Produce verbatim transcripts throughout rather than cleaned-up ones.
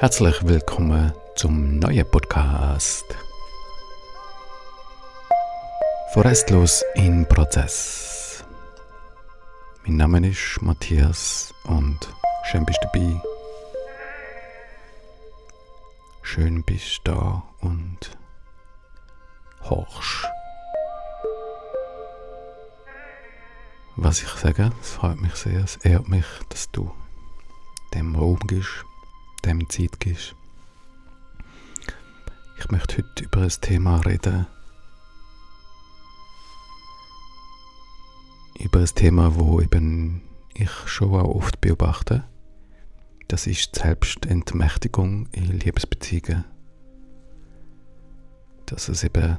Herzlich willkommen zum neuen Podcast von Restlos in Prozess. Mein Name ist Matthias und schön bist du dabei. Schön bist du da und horchst. Was ich sage, es freut mich sehr, es ehrt mich, dass du dem Raum gibst, dem Zeit gibst. Ich möchte heute über ein Thema reden, über ein Thema, wo eben ich schon auch oft beobachte. Das ist die Selbstentmächtigung in Liebesbeziehungen. Dass es eben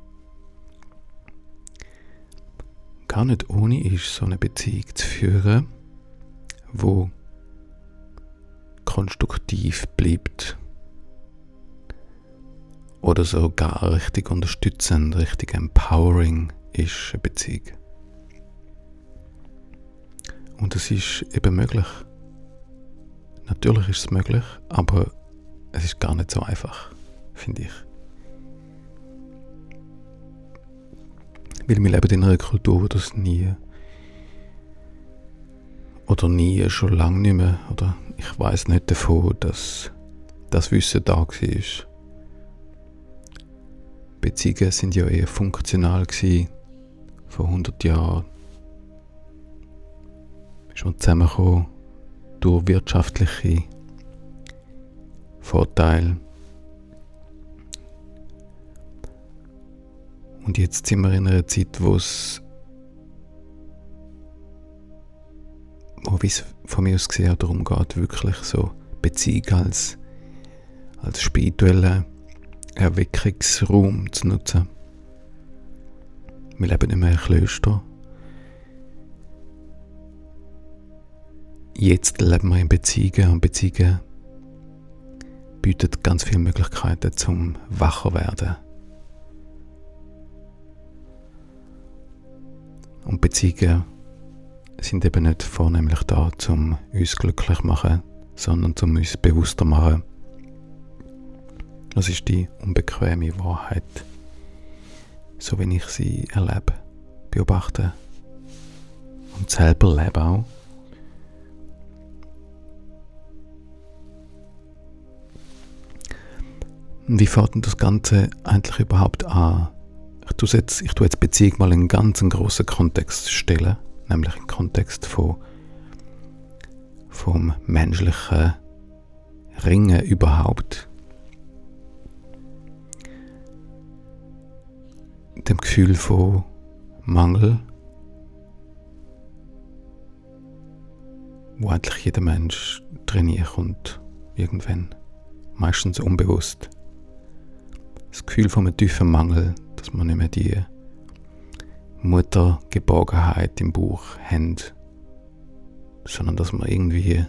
gar nicht ohne ist, so eine Beziehung zu führen, wo konstruktiv bleibt oder sogar richtig unterstützend, richtig empowering ist eine Beziehung. Und es ist eben möglich. Natürlich ist es möglich, aber es ist gar nicht so einfach, finde ich. Weil wir leben in einer Kultur, wo das nie oder nie, schon lange nicht mehr, oder ich weiss nicht davon, dass das Wissen da war. Beziehungen sind ja eher funktional gewesen, vor hundert Jahren. Schon zusammengekommen durch wirtschaftliche Vorteile. Und jetzt sind wir in einer Zeit, wo es, wo wie es von mir aus gesehen darum geht, wirklich so Beziehung als, als spirituellen Erweckungsraum zu nutzen. Wir leben nicht mehr in Klöstern. Jetzt leben wir in Beziehungen und Beziehungen bieten ganz viele Möglichkeiten zum wacher werden. Und Beziehungen sind eben nicht vornehmlich da, um uns glücklich zu machen, sondern um uns bewusster zu machen. Das ist die unbequeme Wahrheit, so wie ich sie erlebe, beobachte und selber lebe auch. Und wie fängt denn das Ganze eigentlich überhaupt an? Ich tue jetzt, ich tue jetzt Beziehung mal in einen ganz grossen Kontext stellen, nämlich im Kontext von, vom menschlichen Ringen überhaupt. Dem Gefühl von Mangel, wo eigentlich jeder Mensch trainiert kommt, irgendwann, meistens unbewusst. Das Gefühl von einem tiefen Mangel, dass man nicht mehr die Muttergeborgenheit im Bauch hat, sondern dass man irgendwie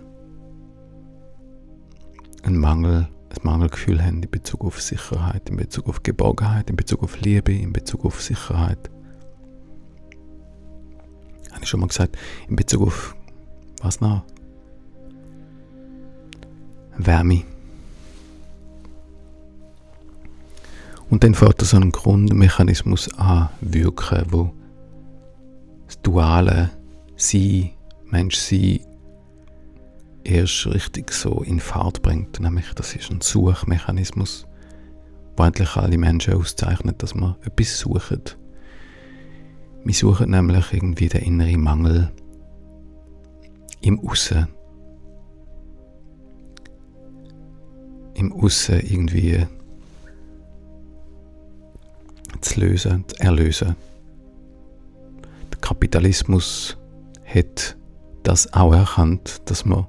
einen Mangel, ein Mangelgefühl haben in Bezug auf Sicherheit, in Bezug auf Geborgenheit, in Bezug auf Liebe, in Bezug auf Sicherheit. Habe ich schon mal gesagt, in Bezug auf was noch? Wärme. Und dann fängt so ein Grundmechanismus an wirken, wo das duale Sein, Menschsein erst richtig so in Fahrt bringt. Nämlich, das ist ein Suchmechanismus, der eigentlich alle Menschen auszeichnet, dass wir etwas suchen. Wir suchen nämlich irgendwie den inneren Mangel im Aussen. Im Aussen irgendwie zu lösen, zu erlösen. Der Kapitalismus hat das auch erkannt, dass wir,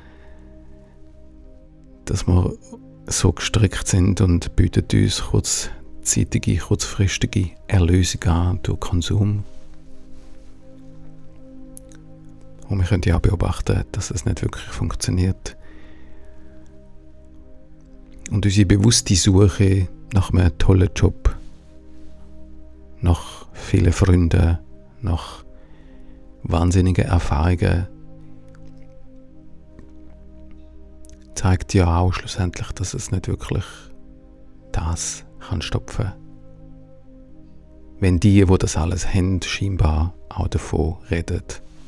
dass wir so gestrickt sind und bietet uns kurzzeitige, kurzfristige Erlösung an durch Konsum. Und wir können ja auch beobachten, dass es nicht wirklich funktioniert. Und unsere bewusste Suche nach einem tollen Job, nach vielen Freunden, nach wahnsinnigen Erfahrungen zeigt ja auch schlussendlich, dass es nicht wirklich das kann stopfen. Wenn die, wo das alles haben, scheinbar auch davon reden.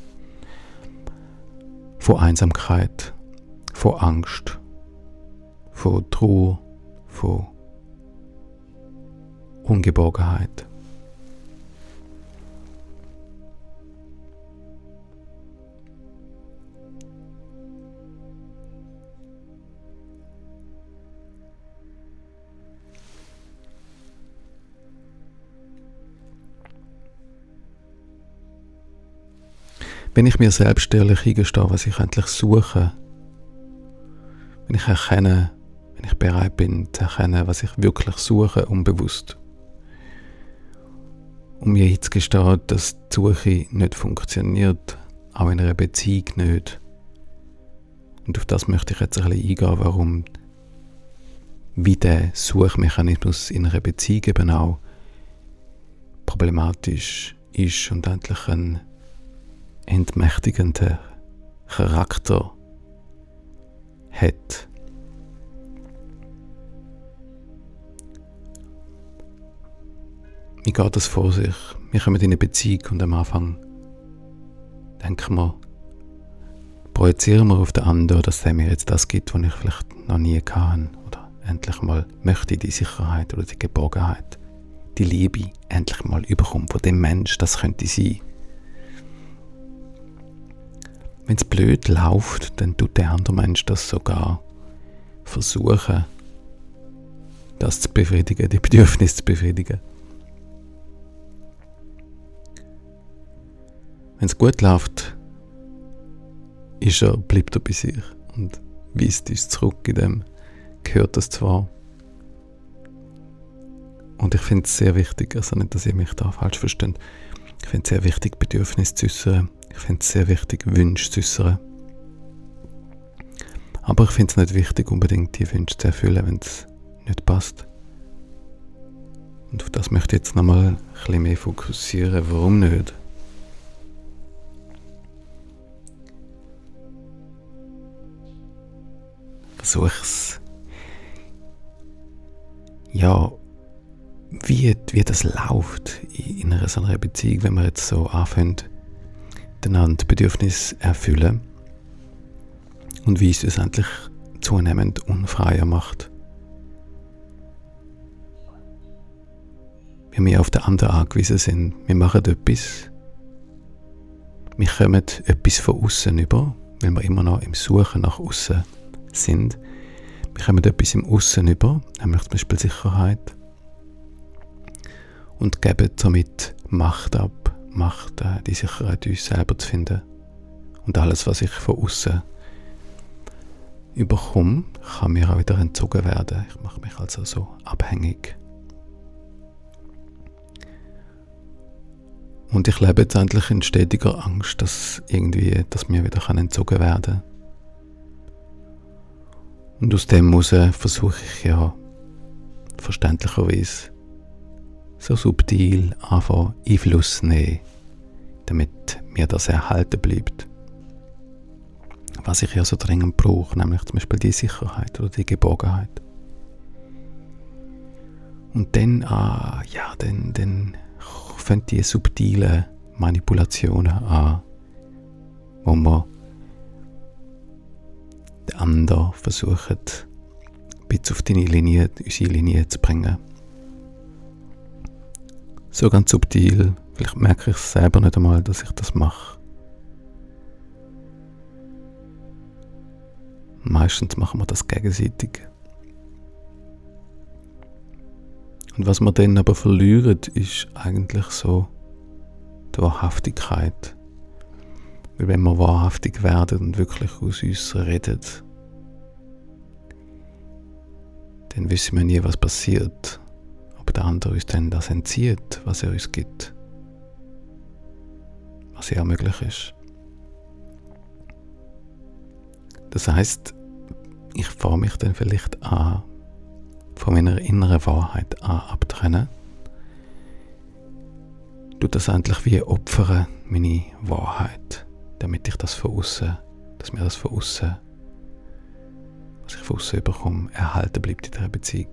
Von Einsamkeit, von Angst, von Trauer, von Ungeborgenheit. Wenn ich mir selbst ehrlich eingestehe, was ich eigentlich suche, wenn ich erkenne, wenn ich bereit bin zu erkennen, was ich wirklich suche, unbewusst, um mir einzugestehen, dass die Suche nicht funktioniert, auch in einer Beziehung nicht. Und auf das möchte ich jetzt ein bisschen eingehen, warum wie der Suchmechanismus in einer Beziehung eben auch problematisch ist und endlich ein entmächtigender Charakter hat. Wie geht das vor sich? Wir kommen in eine Beziehung und am Anfang denken wir, projizieren wir auf den anderen, dass er mir jetzt das gibt, was ich vielleicht noch nie kann. Oder endlich mal möchte die Sicherheit oder die Geborgenheit, die Liebe endlich mal überkommen von dem Mensch, das könnte sein. Wenn es blöd läuft, dann tut der andere Mensch das sogar versuchen, das zu befriedigen, die Bedürfnisse zu befriedigen. Wenn es gut läuft, ist er, bleibt er bei sich und weist uns zurück, in dem gehört das zwar. Und ich finde es sehr wichtig, also nicht, dass ihr mich da falsch versteht, ich finde es sehr wichtig, Bedürfnisse zu äußern. Ich finde es sehr wichtig, Wünsche zu äußern. Aber ich finde es nicht wichtig, unbedingt die Wünsche zu erfüllen, wenn es nicht passt. Und auf das möchte ich jetzt nochmal ein bisschen mehr fokussieren. Warum nicht? Versuche es. Ja, wie, wie das läuft in einer so einer Beziehung, wenn man jetzt so anfängt, einander Bedürfnisse erfüllen und wie es uns endlich zunehmend unfreier macht. Wenn wir auf den anderen angewiesen sind, wir machen etwas, wir kommen etwas von außen über, weil wir immer noch im Suchen nach außen sind. Wir kommen etwas im Außen über, nämlich zum Beispiel Sicherheit, und geben somit Macht ab. Macht, äh, die Sicherheit, uns selber zu finden. Und alles, was ich von außen überkomme, kann mir auch wieder entzogen werden. Ich mache mich also so abhängig. Und ich lebe jetzt endlich in stetiger Angst, dass irgendwie, dass mir wieder entzogen werden kann. Und aus dem heraus versuche ich ja verständlicherweise so subtil anfangen Einfluss nehmen, damit mir das erhalten bleibt. Was ich ja so dringend brauche, nämlich zum Beispiel die Sicherheit oder die Geborgenheit. Und dann, ah, ja, dann, dann fangen die subtilen Manipulationen an, wo man den anderen versuchen, ein bisschen auf deine Linie, unsere Linie zu bringen. So ganz subtil, vielleicht merke ich es selber nicht einmal, dass ich das mache. Meistens machen wir das gegenseitig. Und was wir dann aber verlieren, ist eigentlich so die Wahrhaftigkeit. Weil wenn wir wahrhaftig werden und wirklich aus uns reden, dann wissen wir nie, was passiert. Ob der andere uns dann das entzieht, was er uns gibt. Was ja möglich ist. Das heisst, ich fange mich dann vielleicht an, von meiner inneren Wahrheit an abtrennen. Du das endlich wie opfern, meine Wahrheit, damit ich das von außen, dass mir das von außen was ich von aussen bekomme, erhalten bleibt in dieser Beziehung.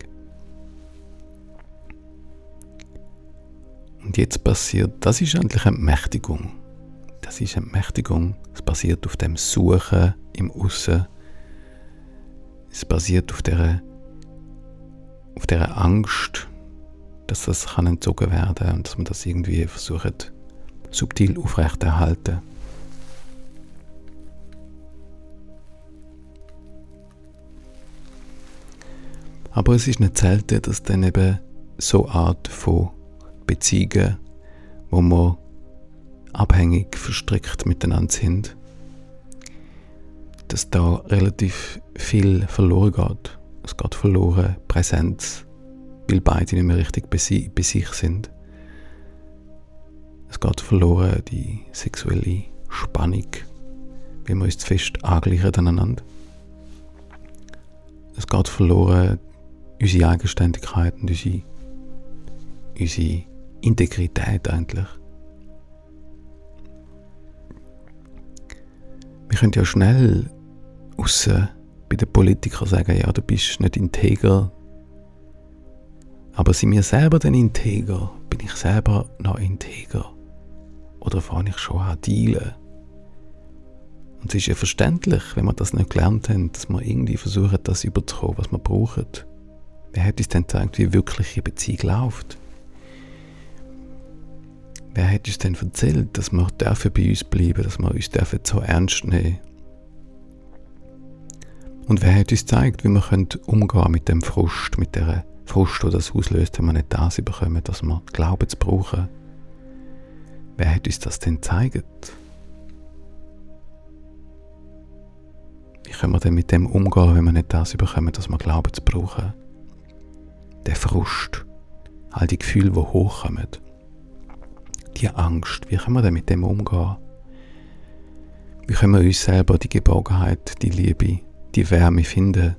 Und jetzt passiert, das ist eigentlich eine Entmächtigung. Das ist eine Entmächtigung. Es basiert auf dem Suchen im Aussen. Es basiert auf dieser, auf dieser Angst, dass das kann entzogen werden kann und dass man das irgendwie versucht, subtil aufrechterhalten. Aber es ist nicht selten, dass dann eben so eine Art von Beziehungen, wo wir abhängig verstrickt miteinander sind, dass da relativ viel verloren geht. Es geht verloren Präsenz, weil beide nicht mehr richtig bei sich sind. Es geht verloren die sexuelle Spannung, weil wir uns zu fest angleichen aneinander. Es geht verloren unsere Eigenständigkeit und unsere, unsere Integrität eigentlich. Wir können ja schnell aussen bei den Politikern sagen, ja, du bist nicht integer. Aber sind wir selber denn integer? Bin ich selber noch integer? Oder fange ich schon an dealen? Und es ist ja verständlich, wenn wir das nicht gelernt haben, dass wir irgendwie versuchen, das überzukommen, was wir brauchen. Wer hat uns denn gezeigt, wie wirkliche Beziehung läuft? Wer hat uns denn erzählt, dass wir dürfen bei uns bleiben, dass wir uns dürfen so ernst nehmen? Und wer hat uns gezeigt, wie wir umgehen können mit dem Frust, mit der Frust, der das auslöst, wenn wir nicht das bekommen, dass wir Glauben zu brauchen? Wer hat uns das denn gezeigt? Wie können wir denn mit dem umgehen, wenn wir nicht das bekommen, dass wir Glauben zu brauchen? Der Frust, all die Gefühle, die hochkommen, die Angst, wie können wir denn mit dem umgehen? Wie können wir uns selber die Geborgenheit, die Liebe, die Wärme finden?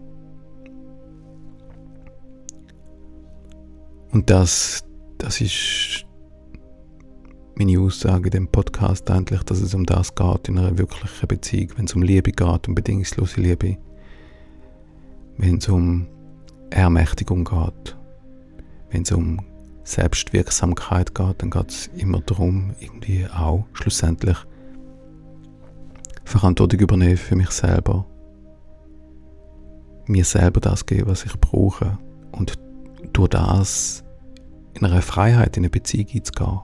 Und das, das ist meine Aussage in dem Podcast eigentlich, dass es um das geht in einer wirklichen Beziehung, wenn es um Liebe geht, um bedingungslose Liebe, wenn es um Ermächtigung geht, wenn es um Selbstwirksamkeit geht, dann geht es immer darum, irgendwie auch schlussendlich Verantwortung übernehmen für mich selber, mir selber das geben, was ich brauche und durch das in einer Freiheit in eine Beziehung einzugehen.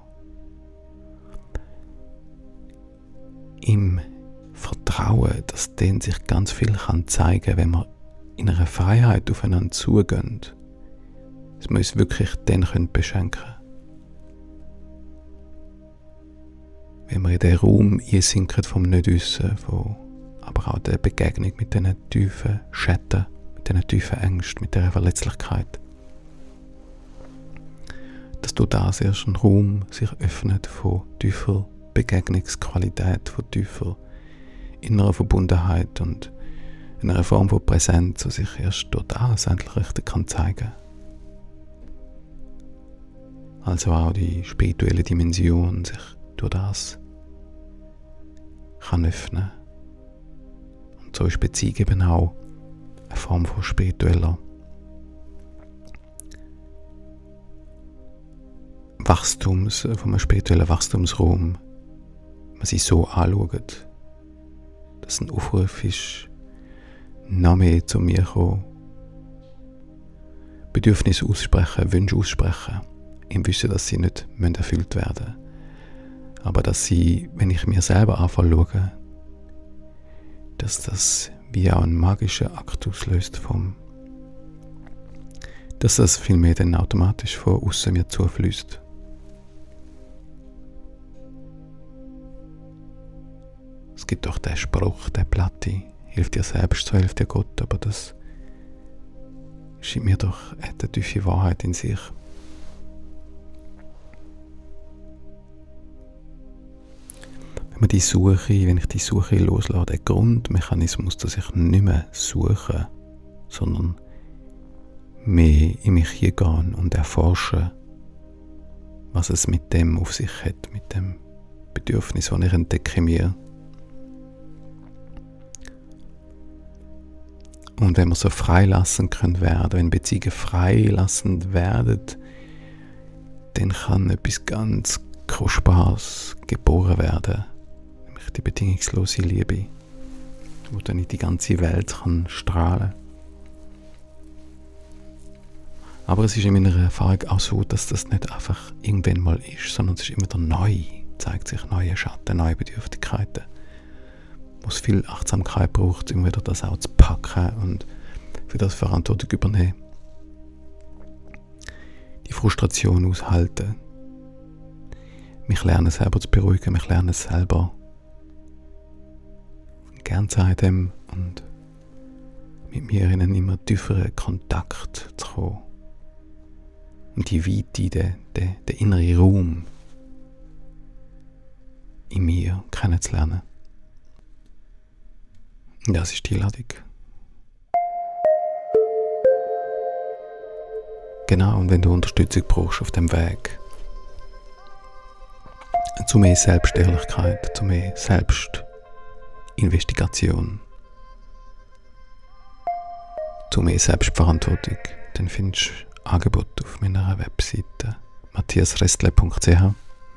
Im Vertrauen, dass denen sich ganz viel kann zeigen, wenn wir in einer Freiheit aufeinander zugehen, dass wir uns wirklich dann beschenken können. Wenn wir in den Raum einsinken vom Nichtwissen, von, aber auch der Begegnung mit diesen tiefen Schatten, mit diesen tiefen Ängsten, mit dieser Verletzlichkeit, dass durch das erst ein Raum sich öffnet von tiefer Begegnungsqualität, von tiefer innerer Verbundenheit und einer Form von Präsenz, die sich erst durch das endlich richtig kann zeigen. Also auch die spirituelle Dimension sich durch das kann öffnen. Und so ist Beziehung eben auch eine Form von spiritueller Wachstums, von einem spirituellen Wachstumsraum, man sich so anschaut, dass ein Aufruf ist, noch mehr zu mir kommen, Bedürfnisse aussprechen, Wünsche aussprechen, im Wissen, dass sie nicht erfüllt werden müssen. Aber dass sie, wenn ich mir selber anfange zu schauen, dass das wie auch einen magischen Akt auslöst vom, dass das vielmehr dann automatisch von außen mir zufließt. Es gibt doch den Spruch, der Platte, hilf dir selbst, so hilft dir Gott, aber das scheint mir doch eine tiefe Wahrheit in sich. Wenn man die Suche, wenn ich die Suche loslasse, der Grundmechanismus, dass ich nicht mehr suche, sondern mehr in mich hineingehen und erforschen, was es mit dem auf sich hat, mit dem Bedürfnis, das ich entdecke in mir. Und wenn wir so freilassend können werden, wenn Beziehungen freilassend werden, dann kann etwas ganz Kostbares geboren werden. Nämlich die bedingungslose Liebe, wo dann in die ganze Welt kann strahlen. Aber es ist in meiner Erfahrung auch so, dass das nicht einfach irgendwann mal ist, sondern es ist immer wieder neu, zeigt sich neue Schatten, neue Bedürftigkeiten, wo es viel Achtsamkeit braucht, immer wieder das auch zu packen und für das Verantwortung übernehmen. Die Frustration aushalten. Mich lernen selber zu beruhigen, mich lernen selber gern zu haben und mit mir in einen immer tieferen Kontakt zu kommen. Und die Weite, den, den, den inneren Raum in mir kennenzulernen. Das ist die Einladung. Genau, und wenn du Unterstützung brauchst auf dem Weg zu mehr Selbstehrlichkeit, zu mehr Selbstinvestigation, zu mehr Selbstverantwortung, dann findest du Angebot auf meiner Webseite matthias restle punkt c h.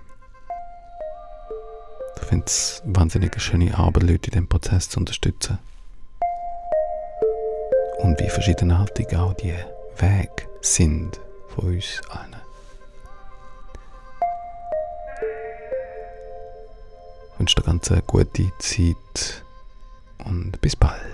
Du findest wahnsinnig schöne Arbeit, Leute in diesem Prozess zu unterstützen. Und wie verschiedenartig auch die Wege sind von uns allen. Ich wünsche dir ganz eine gute Zeit und bis bald.